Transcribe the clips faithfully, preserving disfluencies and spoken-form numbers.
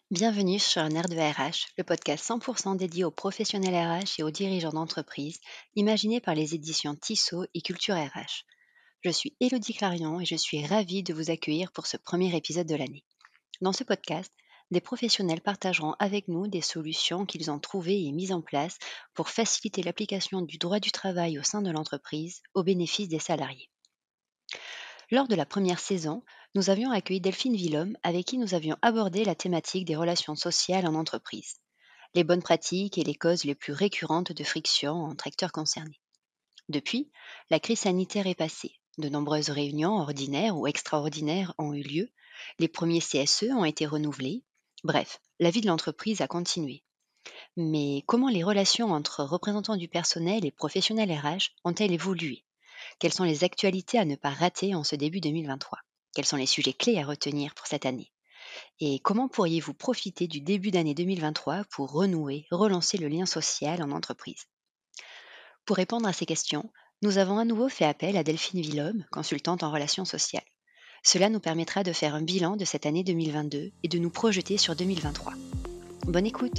Bienvenue sur un air de R H, le podcast cent pour cent dédié aux professionnels R H et aux dirigeants d'entreprise, imaginé par les éditions Tissot et Culture R H. Je suis Élodie Clarion et je suis ravie de vous accueillir pour ce premier épisode de l'année. Dans ce podcast, des professionnels partageront avec nous des solutions qu'ils ont trouvées et mises en place pour faciliter l'application du droit du travail au sein de l'entreprise au bénéfice des salariés. Lors de la première saison, nous avions accueilli Delphine Villhomme avec qui nous avions abordé la thématique des relations sociales en entreprise, les bonnes pratiques et les causes les plus récurrentes de friction entre acteurs concernés. Depuis, la crise sanitaire est passée. De nombreuses réunions ordinaires ou extraordinaires ont eu lieu, les premiers C S E ont été renouvelés. Bref, la vie de l'entreprise a continué. Mais comment les relations entre représentants du personnel et professionnels R H ont-elles évolué? Quelles sont les actualités à ne pas rater en ce début deux mille vingt-trois? Quels sont les sujets clés à retenir pour cette année? Et comment pourriez-vous profiter du début d'année deux mille vingt-trois pour renouer, relancer le lien social en entreprise? Pour répondre à ces questions, nous avons à nouveau fait appel à Delphine Villhomme, consultante en relations sociales. Cela nous permettra de faire un bilan de cette année deux mille vingt-deux et de nous projeter sur deux mille vingt-trois. Bonne écoute!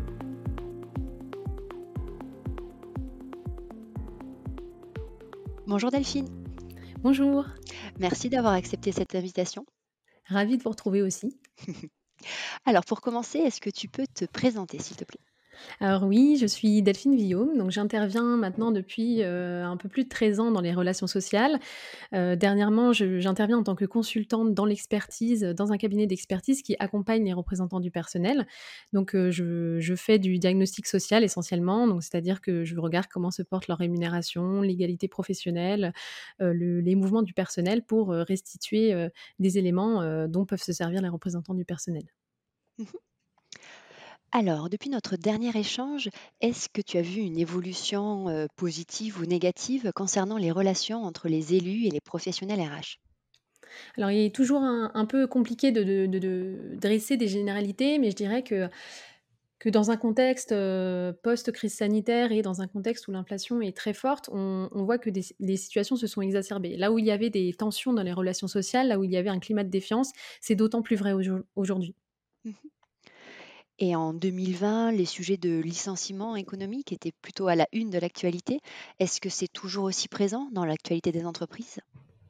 Bonjour Delphine, Bonjour, merci d'avoir accepté cette invitation. ravie de vous retrouver aussi. Alors pour commencer, est-ce que tu peux te présenter s'il te plaît? Alors oui, je suis Delphine Villaume, donc j'interviens maintenant depuis, heu, un peu plus de treize ans dans les relations sociales. Heu, dernièrement, je j'interviens en tant que consultante dans l'expertise, dans un cabinet d'expertise qui accompagne les représentants du personnel. Donc heu, je je fais du diagnostic social essentiellement, donc c'est-à-dire que je regarde comment se porte leur rémunération, l'égalité professionnelle, heu, le les mouvements du personnel pour, heu, restituer, heu, des éléments, heu, dont peuvent se servir les représentants du personnel. Mmh. Alors, depuis notre dernier échange, est-ce que tu as vu une évolution, heu, positive ou négative concernant les relations entre les élus et les professionnels R H? Alors, il est toujours un un peu compliqué de de de de dresser des généralités, mais je dirais que que dans un contexte, heu, post-crise sanitaire et dans un contexte où l'inflation est très forte, on on voit que des les situations se sont exacerbées. Là où il y avait des tensions dans les relations sociales, là où il y avait un climat de défiance, c'est d'autant plus vrai aujour aujourd'hui. Mmh. Et en deux mille vingt, les sujets de licenciement économique étaient plutôt à la une de l'actualité. Est-ce que c'est toujours aussi présent dans l'actualité des entreprises?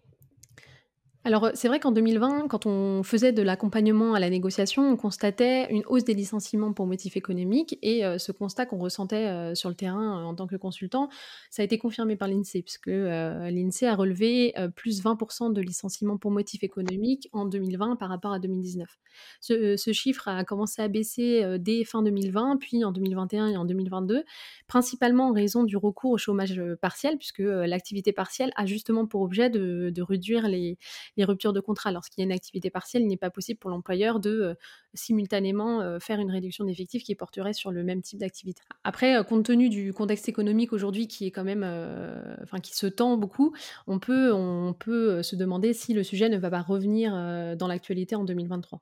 Alors, heu, c'est vrai qu'en deux mille vingt, quand on faisait de l'accompagnement à la négociation, on constatait une hausse des licenciements pour motif économique et heu, ce constat qu'on ressentait, heu, sur le terrain, heu, en tant que consultant, ça a été confirmé par l'INSEE puisque, heu, l'INSEE a relevé, heu, plus vingt de licenciements pour motif économique en deux mille vingt par rapport à deux mille dix-neuf. Ce ce chiffre a commencé à baisser, heu, dès fin deux mille vingt, puis en deux mille vingt et un et en deux mille vingt-deux, principalement en raison du recours au chômage, heu, partiel puisque, heu, l'activité partielle a justement pour objet de de réduire les les ruptures de contrat. Lorsqu'il y a une activité partielle, il n'est pas possible pour l'employeur de, heu, simultanément, heu, faire une réduction d'effectifs qui porterait sur le même type d'activité. Après, heu, compte tenu du contexte économique aujourd'hui qui est quand même, heu, enfin qui se tend beaucoup, on peut on peut, heu, se demander si le sujet ne va pas revenir, heu, dans l'actualité en deux mille vingt-trois.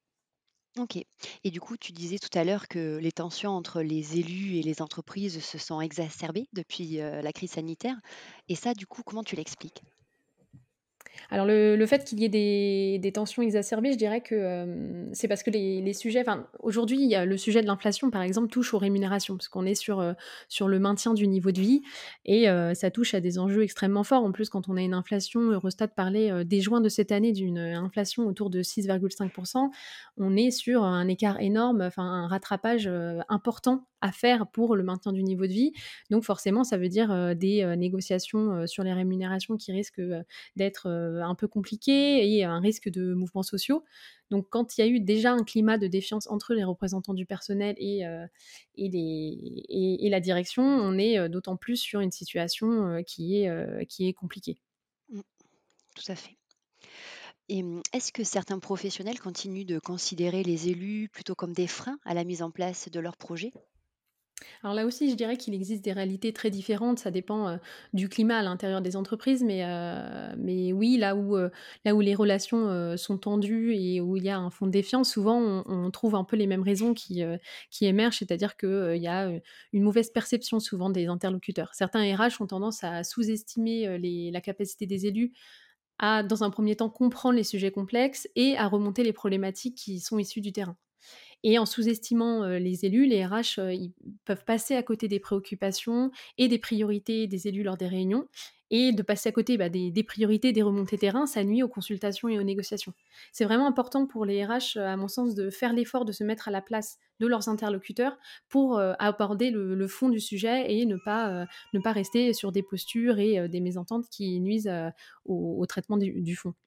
OK. Et du coup, tu disais tout à l'heure que les tensions entre les élus et les entreprises se sont exacerbées depuis, heu, la crise sanitaire et ça, du coup, comment tu l'expliques? Alors le le fait qu'il y ait des des tensions exacerbées, je dirais que, hem, c'est parce que les les sujets enfin, aujourd'hui, il y a le sujet de l'inflation, par exemple, touche aux rémunérations, parce qu'on est sur, heu, sur le maintien du niveau de vie et heu, ça touche à des enjeux extrêmement forts. En plus, quand on a une inflation, Eurostat parlait, heu, dès juin de cette année d'une, inflation autour de six virgule cinq. On est sur un écart énorme, enfin un rattrapage, heu, important à faire pour le maintien du niveau de vie. Donc forcément, ça veut dire, heu, des, heu, négociations, heu, sur les rémunérations qui risquent, heu, d'être, heu, un peu compliqué et un risque de mouvements sociaux. Donc quand il y a eu déjà un climat de défiance entre les représentants du personnel et heu et les et et la direction, on est, heu, d'autant plus sur une situation, heu, qui est, heu, qui est compliquée. Mmh, tout à fait. Et mmh, est-ce que certains professionnels continuent de considérer les élus plutôt comme des freins à la mise en place de leurs projets? Alors là aussi, je dirais qu'il existe des réalités très différentes. Ça dépend, heu, du climat à l'intérieur des entreprises, mais heu, mais oui, là où, heu, là où les relations, heu, sont tendues et où il y a un fond de défiance, souvent on on trouve un peu les mêmes raisons qui, heu, qui émergent. C'est-à-dire que, heu, il y a, heu, une mauvaise perception souvent des interlocuteurs. Certains R H ont tendance à sous-estimer, heu, les la capacité des élus à, dans un premier temps, comprendre les sujets complexes et à remonter les problématiques qui sont issues du terrain. Et en sous-estimant, heu, les élus, les R H, heu, ils peuvent passer à côté des préoccupations et des priorités des élus lors des réunions et de passer à côté, bah, des des priorités, des remontées terrain, ça nuit aux consultations et aux négociations. C'est vraiment important pour les R H, heu, à mon sens, de faire l'effort de se mettre à la place de leurs interlocuteurs pour, heu, aborder le le fond du sujet et ne pas, heu, ne pas rester sur des postures et heu, des mésententes qui nuisent, heu, au au traitement du du fond.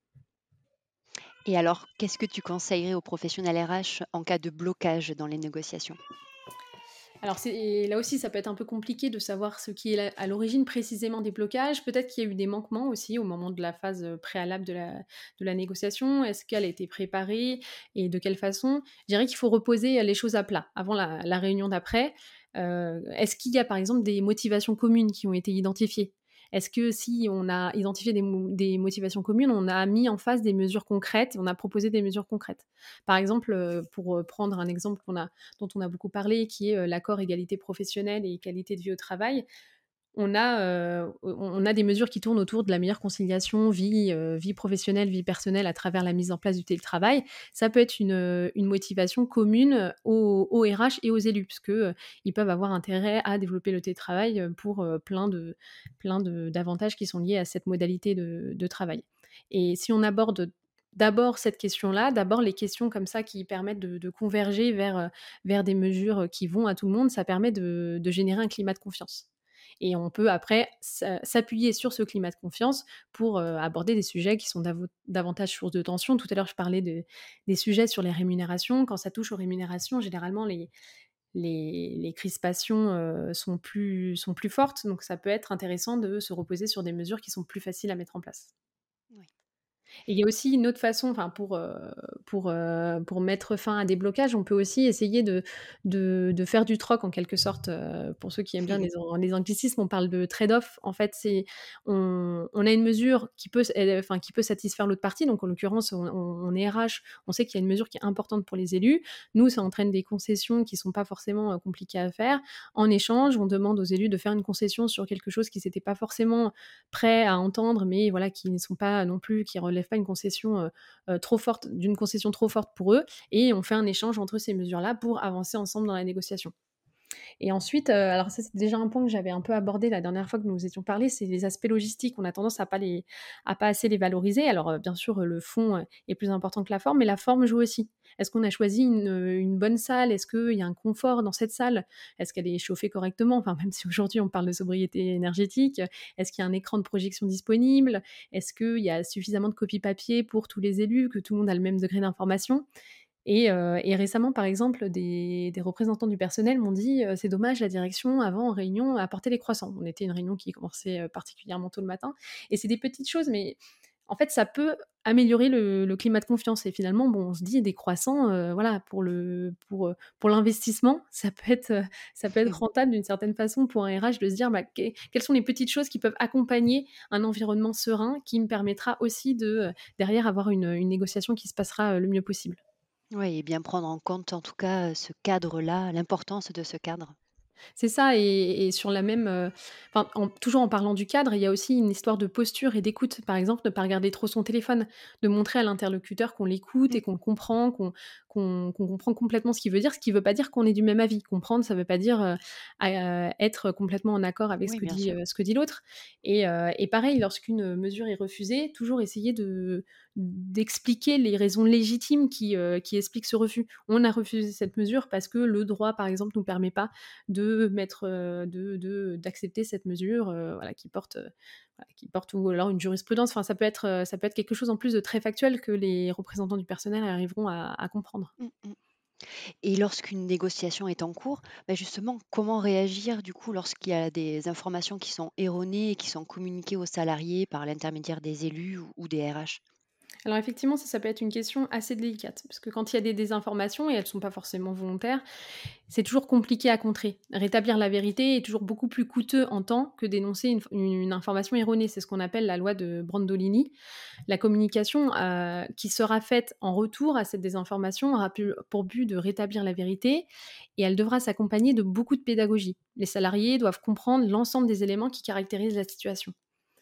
Et alors, qu'est-ce que tu conseillerais aux professionnels R H en cas de blocage dans les négociations? Alors c'est là aussi, ça peut être un peu compliqué de savoir ce qui est la à l'origine précisément des blocages. Peut-être qu'il y a eu des manquements aussi au moment de la phase, heu, préalable de la de la négociation. Est-ce qu'elle a été préparée et de quelle façon? Je dirais qu'il faut reposer, les choses à plat avant la la réunion d'après. Heu, est-ce qu'il y a par exemple des motivations communes qui ont été identifiées? Est-ce que si on a identifié des mo des motivations communes, on a mis en face des mesures concrètes, on a proposé des mesures concrètes? Par exemple, heu, pour, heu, prendre un exemple qu'on a dont on a beaucoup parlé, qui est, heu, l'accord égalité professionnelle et qualité de vie au travail. On a, heu, on on a des mesures qui tournent autour de la meilleure conciliation vie, heu, vie professionnelle, vie personnelle à travers la mise en place du télétravail. Ça peut être une, heu, une motivation commune aux aux R H et aux élus puisque, heu, ils peuvent avoir intérêt à développer le télétravail, heu, pour, heu, plein de plein de d'avantages qui sont liés à cette modalité de de travail. Et si on aborde d'abord cette question-là, d'abord les questions comme ça qui permettent de de converger vers, heu, vers des mesures, qui vont à tout le monde, ça permet de de générer un climat de confiance. Et on peut après s'a s'appuyer sur ce climat de confiance pour, heu, aborder des sujets qui sont davo davantage source de tension. Tout à l'heure, je parlais de des sujets sur les rémunérations. Quand ça touche aux rémunérations, généralement les les les crispations, heu, sont plus sont plus fortes, donc ça peut être intéressant de se reposer sur des mesures qui sont plus faciles à mettre en place. Oui. Et il y a aussi une autre façon, enfin pour, heu, pour, heu, pour mettre fin à des blocages, on peut aussi essayer de de de faire du troc en quelque sorte, heu, pour ceux qui aiment bien les an les anglicismes, on parle de trade-off. En fait, c'est on on a une mesure qui peut s elle, enfin qui peut satisfaire l'autre partie, donc en l'occurrence, on on on est R H, on sait qu'il y a une mesure qui est importante pour les élus. Nous, ça entraîne des concessions qui sont pas forcément, heu, compliquées à faire. En échange, on demande aux élus de faire une concession sur quelque chose qu'ils étaient pas forcément prêts à entendre, mais voilà, qui ne sont pas non plus qui relèvent pas une concession, heu heu, trop forte d'une concession trop forte pour eux et on fait un échange entre ces mesures-là pour avancer ensemble dans la négociation. Et ensuite, heu, alors ça, c'est déjà un point que j'avais un peu abordé la dernière fois que nous nous étions parlé, c'est les aspects logistiques. On a tendance à pas les à pas assez les valoriser. Alors, heu, bien sûr, le fond, heu, est plus important que la forme, mais la forme joue aussi. Est-ce qu'on a choisi une, heu, une bonne salle? Est-ce qu'il y a un confort dans cette salle? Est-ce qu'elle est chauffée correctement? Enfin, même si aujourd'hui on parle de sobriété énergétique, est-ce qu'il y a un écran de projection disponible? Est-ce qu'il y a suffisamment de copies papier pour tous les élus, que tout le monde a le même degré d'information? Et heu et récemment, par exemple, des des représentants du personnel m'ont dit, heu: «C'est dommage, la direction, avant, en réunion, apportait les croissants». On était une réunion qui commençait, heu, particulièrement tôt le matin et c'est des petites choses, mais en fait, ça peut améliorer le le climat de confiance et finalement, bon, on se dit: «Des croissants, heu, voilà, pour le pour, heu, pour l'investissement, ça peut être, heu, ça peut être rentable d'une certaine façon pour un R H de se dire: "Bah, qué quelles sont les petites choses qui peuvent accompagner un environnement serein qui me permettra aussi de, heu, derrière avoir une, une négociation qui se passera, heu, le mieux possible"?» Oui, et bien prendre en compte en tout cas, ce cadre-là, l'importance de ce cadre. C'est ça et et sur la même, heu, enfin, en toujours en parlant du cadre, il y a aussi une histoire de posture et d'écoute. Par exemple, ne pas regarder trop son téléphone, de montrer à l'interlocuteur qu'on l'écoute et Mmh. qu'on le comprend, qu'on qu'on qu'on comprend complètement ce qu'il veut dire. Ce qui ne veut pas dire qu'on est du même avis. Comprendre, ça ne veut pas dire, heu, à, heu, être complètement en accord avec ce Oui, que bien dit, sûr. heu, ce que dit l'autre et heu et pareil, lorsqu'une mesure est refusée, toujours essayer de d'expliquer les raisons légitimes qui, heu, qui expliquent ce refus. On a refusé cette mesure parce que le droit, par exemple, nous permet pas de mettre, heu, de de d'accepter cette mesure, heu, voilà, qui porte, heu, voilà, qui porte ou alors une jurisprudence. Enfin, ça peut être, heu, ça peut être quelque chose en plus de très factuel que les représentants du personnel arriveront à à comprendre. Mmh mh. Et lorsqu'une négociation est en cours, bah, justement, comment réagir du coup lorsqu'il y a des informations qui sont erronées et qui sont communiquées aux salariés par l'intermédiaire des élus ou ou des R H? Alors effectivement, ça, ça peut être une question assez délicate, parce que quand il y a des désinformations et elles sont pas forcément volontaires, c'est toujours compliqué à contrer. Rétablir la vérité est toujours beaucoup plus coûteux en temps que d'énoncer une, f- une information erronée. C'est ce qu'on appelle la loi de Brandolini. La communication euh, qui sera faite en retour à cette désinformation aura pu- pour but de rétablir la vérité et elle devra s'accompagner de beaucoup de pédagogie. Les salariés doivent comprendre l'ensemble des éléments qui caractérisent la situation.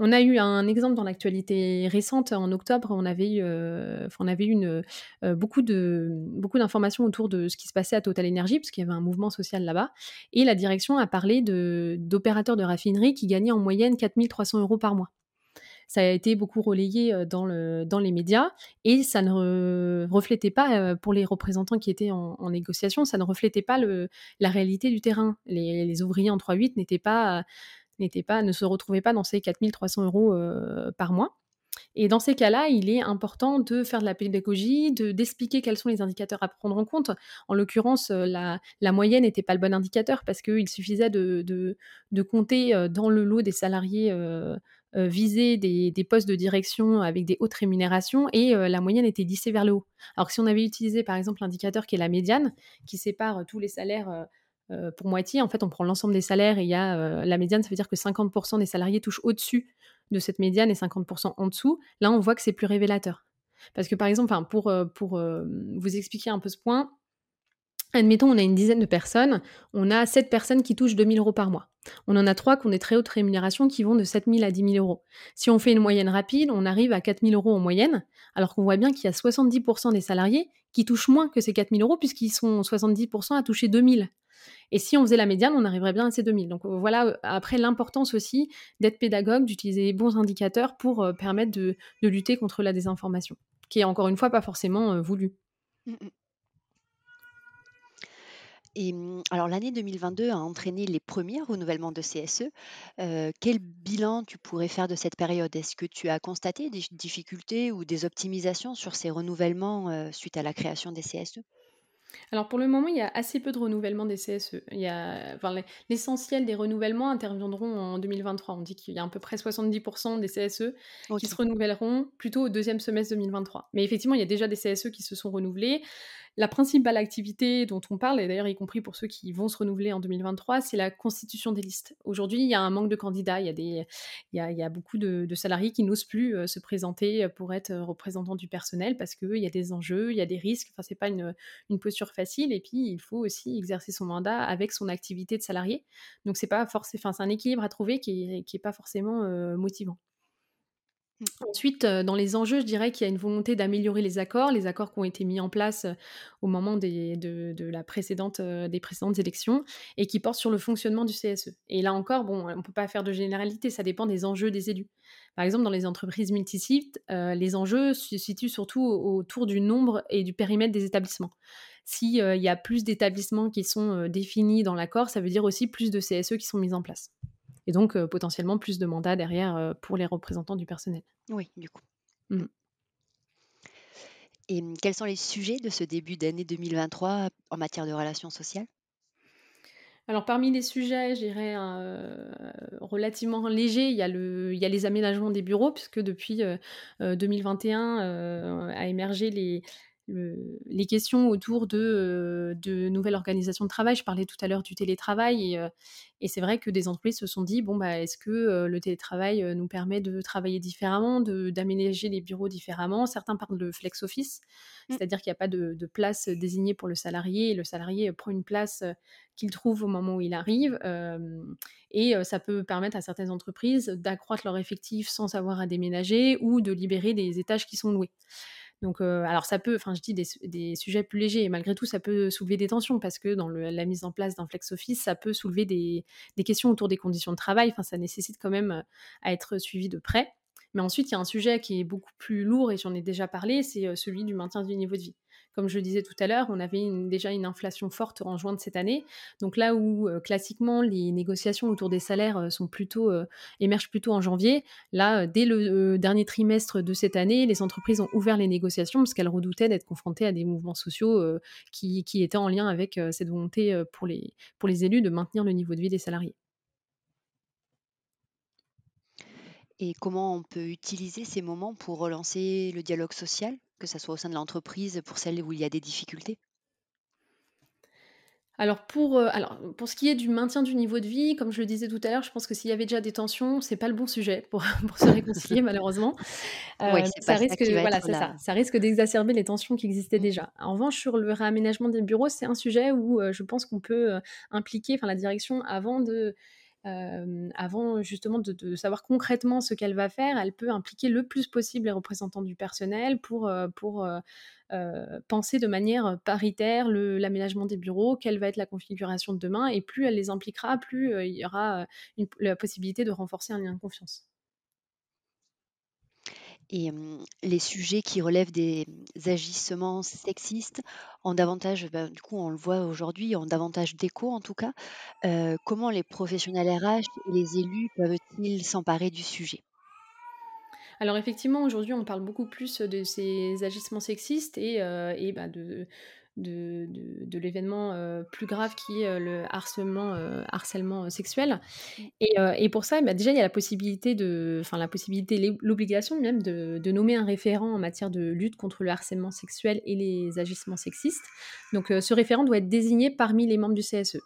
On a eu un exemple dans l'actualité récente. En octobre, on avait eu, heu, enfin, on avait eu une, heu, beaucoup de beaucoup d'informations autour de ce qui se passait à Total Energy, parce qu'il y avait un mouvement social là-bas et la direction a parlé de d'opérateurs de raffinerie qui gagnaient en moyenne quatre mille trois cents euros par mois. Ça a été beaucoup relayé, heu, dans le dans les médias et ça ne re reflétait pas, heu, pour les représentants qui étaient en en négociation, ça ne reflétait pas le la réalité du terrain. Les les ouvriers en trois huit n'étaient pas n'étaient pas ne se retrouvaient pas dans ces quatre mille trois cents euros heu, par mois et dans ces cas-là, il est important de faire de la pédagogie, de d'expliquer quels sont les indicateurs à prendre en compte. En l'occurrence, heu, la la moyenne n'était pas le bon indicateur parce qu'il suffisait de de de compter, heu, dans le lot des salariés, heu heu, visés des des postes de direction avec des hautes rémunérations et heu, la moyenne était lissée vers le haut. Alors que si on avait utilisé, par exemple, l'indicateur qui est la médiane, qui sépare, heu, tous les salaires, heu heu, pour moitié, en fait, on prend l'ensemble des salaires et il y a, heu, la médiane, ça veut dire que cinquante pour cent des salariés touchent au-dessus de cette médiane et cinquante pour cent en dessous. Là, on voit que c'est plus révélateur. Parce que, par exemple, enfin, pour, heu, pour, hem, vous expliquer un peu ce point, admettons, on a une dizaine de personnes, on a sept personnes qui touchent deux mille euros par mois. On en a trois qui ont des très hautes rémunérations qui vont de sept mille à dix mille euros. Si on fait une moyenne rapide, on arrive à quatre mille euros en moyenne, alors qu'on voit bien qu'il y a soixante-dix pour cent des salariés qui touchent moins que ces quatre mille euros puisqu'ils sont soixante-dix pour cent à toucher deux mille. Et si on faisait la médiane, on arriverait bien à ces deux mille. Donc, heu, voilà, heu, après l'importance aussi d'être pédagogue, d'utiliser les bons indicateurs pour, heu, permettre de de lutter contre la désinformation, qui est encore une fois pas forcément, heu, voulue. Mmh mh. Et mmh, alors l'année deux mille vingt-deux a entraîné les premiers renouvellements de C S E. Heu, quel bilan tu pourrais faire de cette période? Est-ce que tu as constaté des difficultés ou des optimisations sur ces renouvellements, heu, suite à la création des C S E? Alors pour le moment, il y a assez peu de renouvellement des C S E. Il y a enfin l'e l'essentiel des renouvellements interviendront en deux mille vingt-trois. On dit qu'il y a à peu près soixante-dix pour cent des C S E qui se OK. renouvelleront plutôt au deuxième semestre deux mille vingt-trois. Mais effectivement, il y a déjà des C S E qui se sont renouvelés. La principale activité dont on parle, et d'ailleurs y compris pour ceux qui vont se renouveler en deux mille vingt-trois, c'est la constitution des listes. Aujourd'hui, il y a un manque de candidats, il y a des il y a il y a beaucoup de de salariés qui n'osent plus, heu, se présenter, heu, pour être, heu, représentants du personnel parce qu'il y a des enjeux, il y a des risques, enfin c'est pas une, une posture facile et puis il faut aussi exercer son mandat avec son activité de salarié. Donc c'est pas forcé enfin c'est un équilibre à trouver qui est qui est pas forcément, heu, motivant. Mmh. Ensuite, heu, dans les enjeux, je dirais qu'il y a une volonté d'améliorer les accords, les accords qui ont été mis en place, heu, au moment des de de la précédente, heu, des précédentes élections et qui portent sur le fonctionnement du C S E. Et là encore, bon, on peut pas faire de généralité, ça dépend des enjeux des élus. Par exemple, dans les entreprises multisites, heu, les enjeux se situent surtout au autour du nombre et du périmètre des établissements. Si, heu, il y a plus d'établissements qui sont, heu, définis dans l'accord, ça veut dire aussi plus de C S E qui sont mis en place et donc heu, potentiellement plus de mandats derrière, heu, pour les représentants du personnel. Oui, du coup. Mmh. Mmh. Et mmh, quels sont les sujets de ce début d'année deux mille vingt-trois en matière de relations sociales? Alors parmi les sujets, je dirais, heu, relativement légers, il y a le il y a les aménagements des bureaux puisque depuis, heu heu, deux mille vingt et un, heu, a émergé les le les questions autour de, heu, de nouvelles organisations de travail. Je parlais tout à l'heure du télétravail et heu et c'est vrai que des entreprises se sont dit: «Bon, bah, est-ce que, heu, le télétravail, heu, nous permet de travailler différemment, de d'aménager les bureaux différemment?» Certains parlent de flex office, Mmh. c'est-à-dire qu'il y a pas de de place désignée pour le salarié et le salarié, heu, prend une place, heu, qu'il trouve au moment où il arrive, hem et heu, ça peut permettre à certaines entreprises d'accroître leur effectif sans avoir à déménager ou de libérer des étages qui sont loués. Donc heu, alors ça peut enfin je dis des su des sujets plus légers et malgré tout ça peut soulever des tensions parce que dans le la mise en place d'un flex office, ça peut soulever des des questions autour des conditions de travail, enfin ça nécessite quand même, heu, à être suivi de près. Mais ensuite, il y a un sujet qui est beaucoup plus lourd et j'en ai déjà parlé, c'est, heu, celui du maintien du niveau de vie. Comme je le disais tout à l'heure, on avait une déjà une inflation forte en juin de cette année. Donc là où, heu, classiquement les négociations autour des salaires, heu, sont plutôt, heu, émergent plutôt en janvier, là, heu, dès le, heu, dernier trimestre de cette année, les entreprises ont ouvert les négociations parce qu'elles redoutaient d'être confrontées à des mouvements sociaux, heu, qui qui étaient en lien avec, heu, cette volonté, heu, pour les pour les élus de maintenir le niveau de vie des salariés. Et comment on peut utiliser ces moments pour relancer le dialogue social, que ça soit au sein de l'entreprise, pour celles où il y a des difficultés? Alors pour, heu, alors pour ce qui est du maintien du niveau de vie, comme je le disais tout à l'heure, je pense que s'il y avait déjà des tensions, c'est pas le bon sujet pour pour se réconcilier malheureusement. Oui, Heu, c'est pas ça ça risque, qui va voilà, être c'est ça, là. ça risque d'exacerber les tensions qui existaient Mmh. déjà. En revanche, sur le réaménagement des bureaux, c'est un sujet où, heu, je pense qu'on peut, heu, impliquer, enfin la direction avant de hem, avant justement de de savoir concrètement ce qu'elle va faire, elle peut impliquer le plus possible les représentants du personnel pour, heu, pour, heu heu, penser de manière paritaire le l'aménagement des bureaux, quelle va être la configuration de demain et plus elle les impliquera, plus, heu, il y aura, heu, une la possibilité de renforcer un lien de confiance. Et hem, les sujets qui relèvent des, mmh, agissements sexistes ont davantage, bah, du coup, on le voit aujourd'hui, ont davantage d'écho en tout cas. Heu, comment les professionnels R H et les élus peuvent-ils s'emparer du sujet? Alors effectivement, aujourd'hui, on parle beaucoup plus de ces agissements sexistes et heu et bah, de de de de l'événement, heu, plus grave qui est, heu, le harcèlement, heu, harcèlement, heu, sexuel Mmh, et heu et pour ça, bah, déjà, il y a la possibilité de enfin la possibilité, l'é l'obligation même de de nommer un référent en matière de lutte contre le harcèlement sexuel et les agissements sexistes. Donc heu, ce référent doit être désigné parmi les membres du C S E.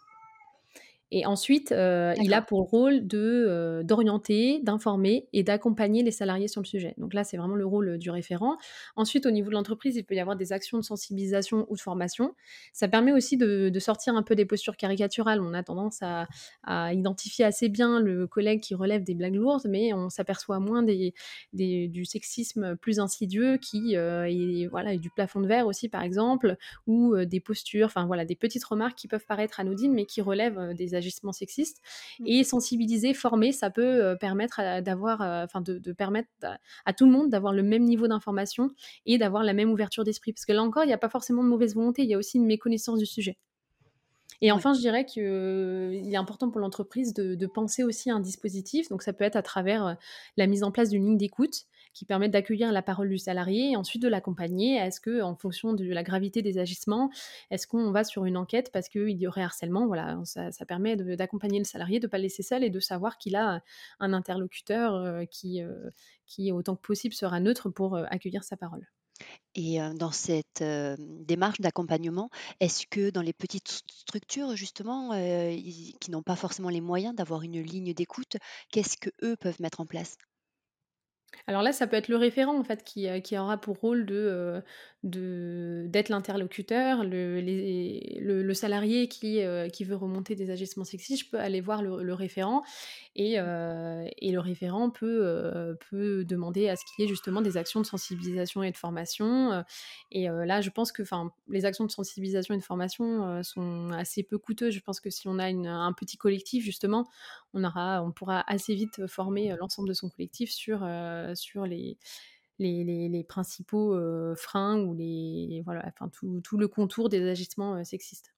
Et ensuite, heu, il a d'accord. pour rôle de, heu, d'orienter, d'informer et d'accompagner les salariés sur le sujet. Donc là, c'est vraiment le rôle, heu, du référent. Ensuite, au niveau de l'entreprise, il peut y avoir des actions de sensibilisation ou de formation. Ça permet aussi de de sortir un peu des postures caricaturales. On a tendance à à identifier assez bien le collègue qui relève des blagues lourdes, mais on s'aperçoit moins des des du sexisme plus insidieux qui, heu, est voilà, et du plafond de verre aussi, par exemple, ou heu, des postures, enfin voilà, des petites remarques qui peuvent paraître anodines, mais qui relèvent, heu, des agissements sexistes Mmh, et sensibiliser, former, ça peut, heu, permettre à d'avoir, heu, enfin de de permettre à à tout le monde d'avoir le même niveau d'information et d'avoir la même ouverture d'esprit. Parce que là encore, il y a pas forcément de mauvaise volonté, il y a aussi une méconnaissance du sujet. Et ouais. enfin, je dirais qu'il est important pour l'entreprise de de penser aussi à un dispositif. Donc ça peut être à travers, heu, la mise en place d'une ligne d'écoute qui permet d'accueillir la parole du salarié et ensuite de l'accompagner. Est-ce que, en fonction de la gravité des agissements, est-ce qu'on va sur une enquête parce qu'il y aurait harcèlement? Voilà, ça ça permet de d'accompagner le salarié, de ne pas le laisser seul et de savoir qu'il a un interlocuteur, heu, qui, heu, qui autant que possible sera neutre pour, heu, accueillir sa parole. Et heu, dans cette, hem, démarche d'accompagnement, est-ce que dans les petites st structures justement, heu, ils qui n'ont pas forcément les moyens d'avoir une ligne d'écoute, qu'est-ce que eux peuvent mettre en place? Alors là, ça peut être le référent en fait qui, heu, qui aura pour rôle de, heu, de d'être l'interlocuteur, le les le le salarié qui, heu, qui veut remonter des agissements sexistes, je peux aller voir le le référent et heu et le référent peut, heu, peut demander à ce qu'il y ait justement des actions de sensibilisation et de formation, heu et heu, là, je pense que enfin, les actions de sensibilisation et de formation, heu, sont assez peu coûteuses. Je pense que si on a une un petit collectif justement, on aura on pourra assez vite former, heu, l'ensemble de son collectif sur, heu, sur les les les les principaux, heu, freins ou les voilà, enfin tout tout le contour des agissements, heu, sexistes.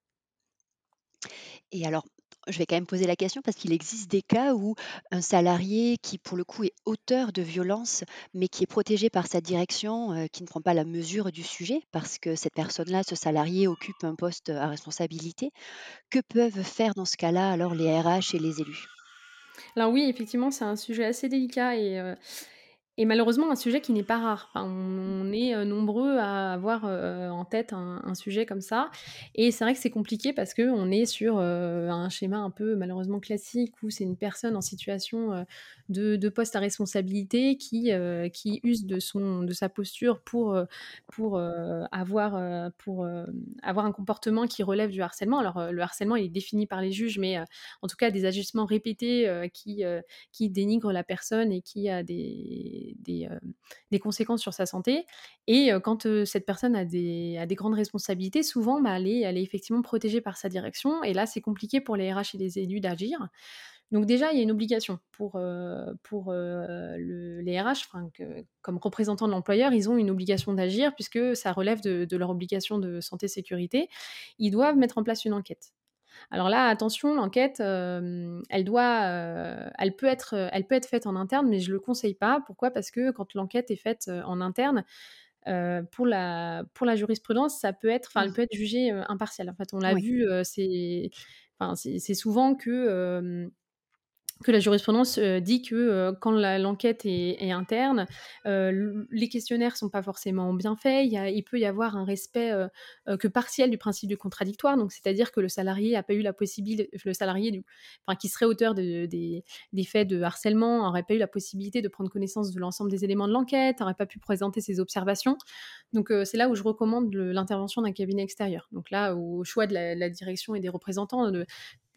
Et alors, je vais quand même poser la question parce qu'il existe des cas où un salarié qui, pour le coup, est auteur de violences, mais qui est protégé par sa direction, heu, qui ne prend pas la mesure du sujet parce que cette personne-là, ce salarié occupe un poste à responsabilité. Que peuvent faire dans ce cas-là alors les R H et les élus? Alors oui, effectivement, c'est un sujet assez délicat et heu et malheureusement un sujet qui n'est pas rare. Enfin, on est, heu, nombreux à avoir, heu, en tête un un sujet comme ça et c'est vrai que c'est compliqué parce qu'on est sur, heu, un schéma un peu malheureusement classique où c'est une personne en situation, heu, de de poste à responsabilité qui, heu, qui use de son de sa posture pour, heu, pour, heu, avoir, heu, pour, hem, avoir un comportement qui relève du harcèlement. Alors, heu, le harcèlement il est défini par les juges mais, heu, en tout cas des agissements répétés, heu, qui, heu, qui dénigrent la personne et qui a des des, heu, des conséquences sur sa santé et heu, quand, heu, cette personne a des a des grandes responsabilités, souvent, bah, elle est elle est effectivement protégée par sa direction et là, c'est compliqué pour les R H et les élus d'agir. Donc déjà, il y a une obligation pour, heu, pour, heu, le les R H, enfin que comme représentants de l'employeur, ils ont une obligation d'agir puisque ça relève de de leur obligation de santé sécurité. Ils doivent mettre en place une enquête. Alors là, attention, l'enquête, hem, elle doit, heu, elle peut être, heu, elle peut être faite en interne, mais je le conseille pas. Pourquoi? Parce que quand l'enquête est faite, heu, en interne, heu, pour la pour la jurisprudence, ça peut être enfin, elle Mmh. peut être jugée, heu, impartiale. En fait, on l'a Oui, vu, heu, c'est enfin, c'est c'est souvent que, hem que la jurisprudence, heu, dit que, heu, quand la l'enquête est est interne, heu, l les questionnaires sont pas forcément bien faits. Il y a il peut y avoir un respect, heu heu, que partiel du principe du contradictoire. Donc c'est-à-dire que le salarié a pas eu la possibil le salarié du enfin qui serait auteur de des des faits de harcèlement aurait pas eu la possibilité de prendre connaissance de l'ensemble des éléments de l'enquête, aurait pas pu présenter ses observations. Donc heu, c'est là où je recommande le l'intervention d'un cabinet extérieur. Donc là, au choix de la la direction et des représentants, de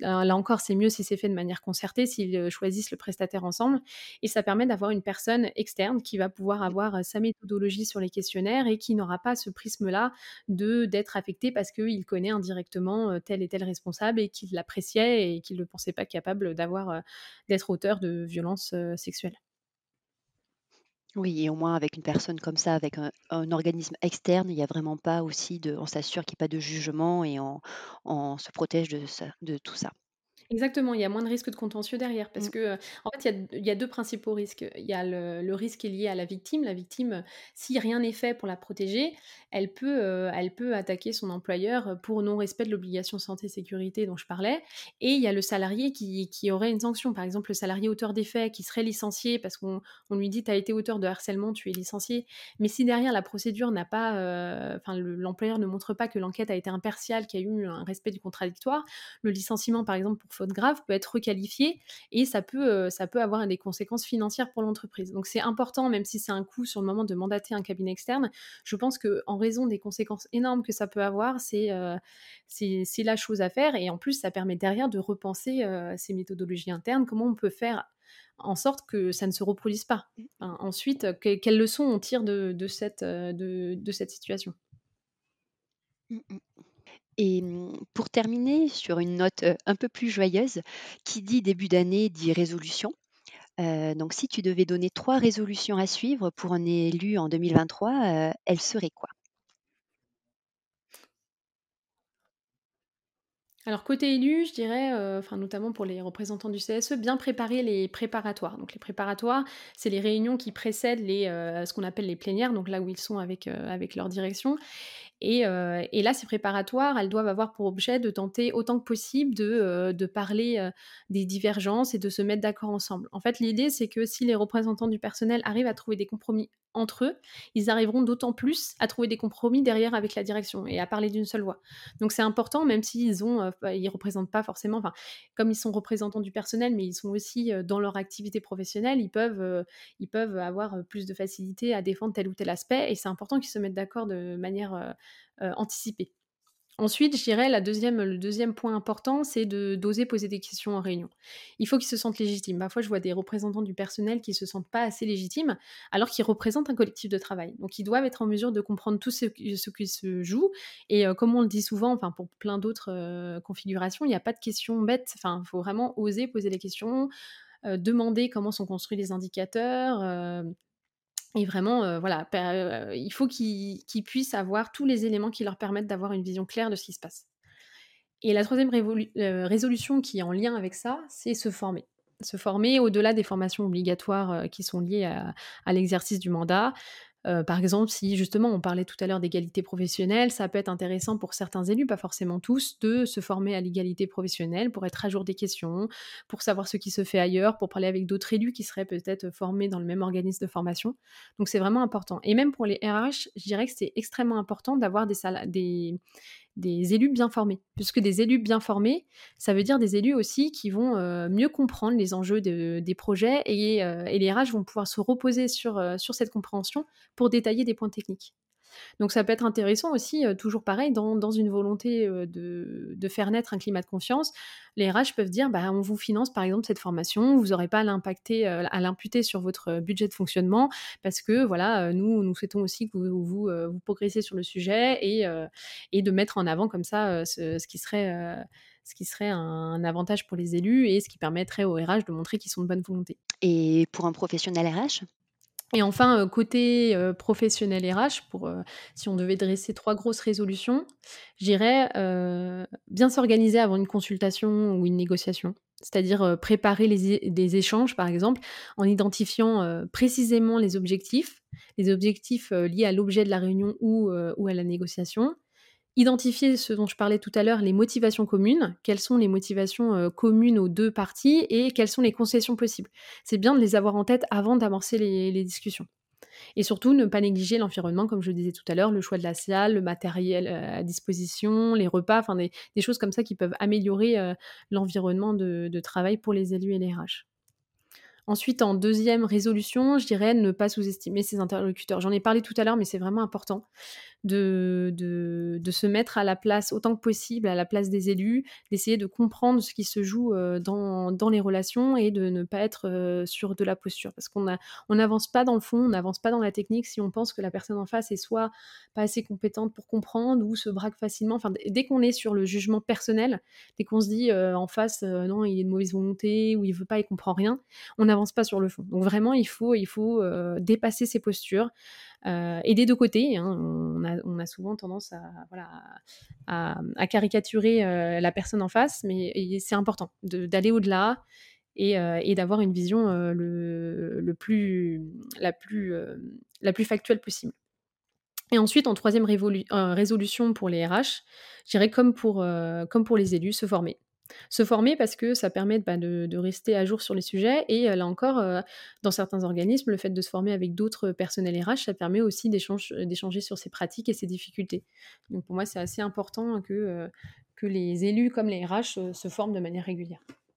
là là encore, c'est mieux si c'est fait de manière concertée, s'ils, heu, choisissent le prestataire ensemble et ça permet d'avoir une personne externe qui va pouvoir avoir, heu, sa méthodologie sur les questionnaires et qui n'aura pas ce prisme-là de d'être affecté parce qu'il connaît indirectement, heu, tel et tel responsable et qu'il l'appréciait et qu'il ne le pensait pas capable d'avoir, heu, d'être auteur de violences, heu, sexuelles. Oui et au moins avec une personne comme ça, avec un un organisme externe, il y a vraiment pas aussi de on s'assure qu'il y ait pas de jugement et on on se protège de ça de tout ça. Exactement, il y a moins de risques de contentieux derrière parce Mmh. que, heu, en fait, il y a il y a deux principaux risques. Il y a le le risque qui est lié à la victime. La victime, heu, si rien n'est fait pour la protéger, elle peut, heu, elle peut attaquer son employeur, heu, pour non-respect de l'obligation santé sécurité dont je parlais et il y a le salarié qui qui aurait une sanction. Par exemple, le salarié auteur des faits qui serait licencié parce qu'on on lui dit: «Tu as été auteur de harcèlement, tu es licencié». Mais si derrière la procédure n'a pas, heu, enfin le l'employeur ne montre pas que l'enquête a été impartiale, qu'il y a eu un respect du contradictoire, le licenciement, par exemple, pour faute grave, peut être requalifié et ça peut, heu, ça peut avoir des conséquences financières pour l'entreprise. Donc c'est important, même si c'est un coût sur le moment de mandater un cabinet externe, je pense qu'en raison des conséquences énormes que ça peut avoir, c'est, heu, c'est c'est la chose à faire et en plus, ça permet derrière de repenser, heu, ces méthodologies internes. Comment on peut faire en sorte que ça ne se reproduise pas? Enfin, ensuite, heu, que quelles leçons on tire de de cette, heu, de de cette situation? Mmh mh. Et mmh, pour terminer sur une note, heu, un peu plus joyeuse, qui dit début d'année dit résolution. Heu, donc si tu devais donner trois résolutions à suivre pour un élu en deux mille vingt-trois, heu, elles seraient quoi? Alors côté élu, je dirais, heu, enfin notamment pour les représentants du C S E, bien préparer les préparatoires. Donc les préparatoires, c'est les réunions qui précèdent les, heu, ce qu'on appelle les plénières, donc là où ils sont avec, heu, avec leur direction et heu et là, ces préparatoires, elles doivent avoir pour objet de tenter autant que possible de, heu, de parler, heu, des divergences et de se mettre d'accord ensemble. En fait, l'idée, c'est que si les représentants du personnel arrivent à trouver des compromis entre eux, ils arriveront d'autant plus à trouver des compromis derrière avec la direction et à parler d'une seule voix. Donc c'est important, même s'ils ont, heu, bah, ils représentent pas forcément, enfin, comme ils sont représentants du personnel, mais ils sont aussi, heu, dans leur activité professionnelle, ils peuvent, heu, ils peuvent avoir, heu, plus de facilité à défendre tel ou tel aspect et c'est important qu'ils se mettent d'accord de manière, heu heu, anticipée. Ensuite, je dirais la deuxième le deuxième point important, c'est de d'oser poser des questions en réunion. Il faut qu'ils se sentent légitimes. Parfois, je vois des représentants du personnel qui se sentent pas assez légitimes, alors qu'ils représentent un collectif de travail. Donc ils doivent être en mesure de comprendre tout ce qui ce qui se joue et heu, comme on le dit souvent, enfin pour plein d'autres, heu, configurations, il n'y a pas de questions bêtes. Enfin, il faut vraiment oser poser les questions, heu, demander comment sont construits les indicateurs, hem et vraiment, heu, voilà, per heu, il faut qu'ils qu'ils puissent avoir tous les éléments qui leur permettent d'avoir une vision claire de ce qui se passe. Et la troisième révolu heu, résolution qui est en lien avec ça, c'est se former. Se former au-delà des formations obligatoires, heu, qui sont liées à à l'exercice du mandat. Heu, par exemple, si justement on parlait tout à l'heure d'égalité professionnelle, ça peut être intéressant pour certains élus, pas forcément tous, de se former à l'égalité professionnelle pour être à jour des questions, pour savoir ce qui se fait ailleurs, pour parler avec d'autres élus qui seraient peut-être formés dans le même organisme de formation. Donc c'est vraiment important et même pour les R H, je dirais que c'est extrêmement important d'avoir des sala des des élus bien formés. Puisque des élus bien formés, ça veut dire des élus aussi qui vont, heu, mieux comprendre les enjeux de des projets et heu et les R H vont pouvoir se reposer sur, heu, sur cette compréhension pour détailler des points techniques. Donc ça peut être intéressant aussi, heu, toujours pareil, dans dans une volonté, heu, de de faire naître un climat de confiance, les R H peuvent dire: «Bah, on vous finance par exemple cette formation, vous aurez pas à l'impacter, heu, à l'imputer sur votre, heu, budget de fonctionnement parce que voilà, heu, nous nous souhaitons aussi que vous vous, heu, vous progressiez sur le sujet» et heu et de mettre en avant comme ça, heu, ce ce qui serait, heu, ce qui serait un avantage pour les élus et ce qui permettrait aux R H de montrer qu'ils sont de bonne volonté. Et pour un professionnel R H? Et enfin, heu, côté, heu, professionnel R H, pour, heu, si on devait dresser trois grosses résolutions, je dirais, heu, bien s'organiser avant une consultation ou une négociation. C'est-à-dire, heu, préparer les é des échanges, par exemple, en identifiant, heu, précisément les objectifs, les objectifs, heu, liés à l'objet de la réunion ou, heu, ou à la négociation. Identifier ce dont je parlais tout à l'heure, les motivations communes. Quelles sont les motivations, heu, communes aux deux parties et quelles sont les concessions possibles? C'est bien de les avoir en tête avant d'amorcer les les discussions et surtout ne pas négliger l'environnement comme je le disais tout à l'heure, le choix de la salle, le matériel, heu, à disposition, les repas, enfin des des choses comme ça qui peuvent améliorer, heu, l'environnement de de travail pour les élus et les R H. Ensuite, en deuxième résolution, je dirais ne pas sous-estimer ses interlocuteurs. J'en ai parlé tout à l'heure, mais c'est vraiment important. de de de se mettre à la place autant que possible, à la place des élus, d'essayer de comprendre ce qui se joue, heu, dans dans les relations et de ne pas être, heu, sur de la posture. Parce qu'on a on n'avance pas dans le fond, on n'avance pas dans la technique si on pense que la personne en face est soit pas assez compétente pour comprendre ou se braque facilement. Enfin, d dès qu'on est sur le jugement personnel, dès qu'on se dit, heu, en face, heu: «Non, il est de mauvaise volonté» ou «Il veut pas, il comprend rien», on n'avance pas sur le fond. Donc vraiment, il faut il faut, heu, dépasser ces postures, heu et des deux côtés, hein. On a on a souvent tendance à voilà, à à à caricaturer, heu, la personne en face, mais et c'est important de d'aller au-delà et heu et d'avoir une vision, heu, le le plus la plus, hem, la plus factuelle possible. Et ensuite, en troisième révolu heu, résolution pour les R H, je dirais comme pour, heu, comme pour les élus, se former. Se former parce que ça permet, bah, de de rester à jour sur les sujets et heu, là encore, heu, dans certains organismes, le fait de se former avec d'autres personnels R H, ça permet aussi d'échange d'échanger sur ses pratiques et ses difficultés. Donc pour moi, c'est assez important que, heu, que les élus comme les R H, heu, se forment de manière régulière.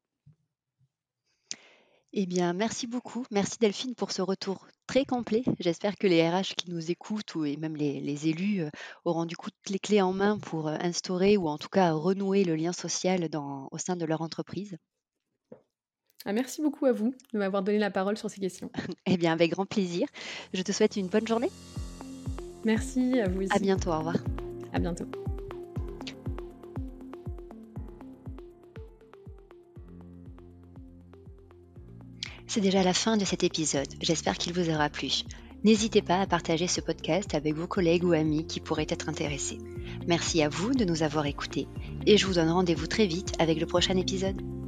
Eh bien, merci beaucoup. Merci Delphine pour ce retour très complet. J'espère que les R H qui nous écoutent ou et même les, les élus euh, auront du coup toutes les clés en main pour euh, instaurer ou en tout cas renouer le lien social dans, au sein de leur entreprise. Ah, merci beaucoup à vous de m'avoir donné la parole sur ces questions. Eh bien, avec grand plaisir. Je te souhaite une bonne journée. Merci, à vous À aussi. bientôt. Au revoir. À bientôt. C'est déjà la fin de cet épisode. J'espère qu'il vous aura plu. N'hésitez pas à partager ce podcast avec vos collègues ou amis qui pourraient être intéressés. Merci à vous de nous avoir écoutés et je vous donne rendez-vous très vite avec le prochain épisode.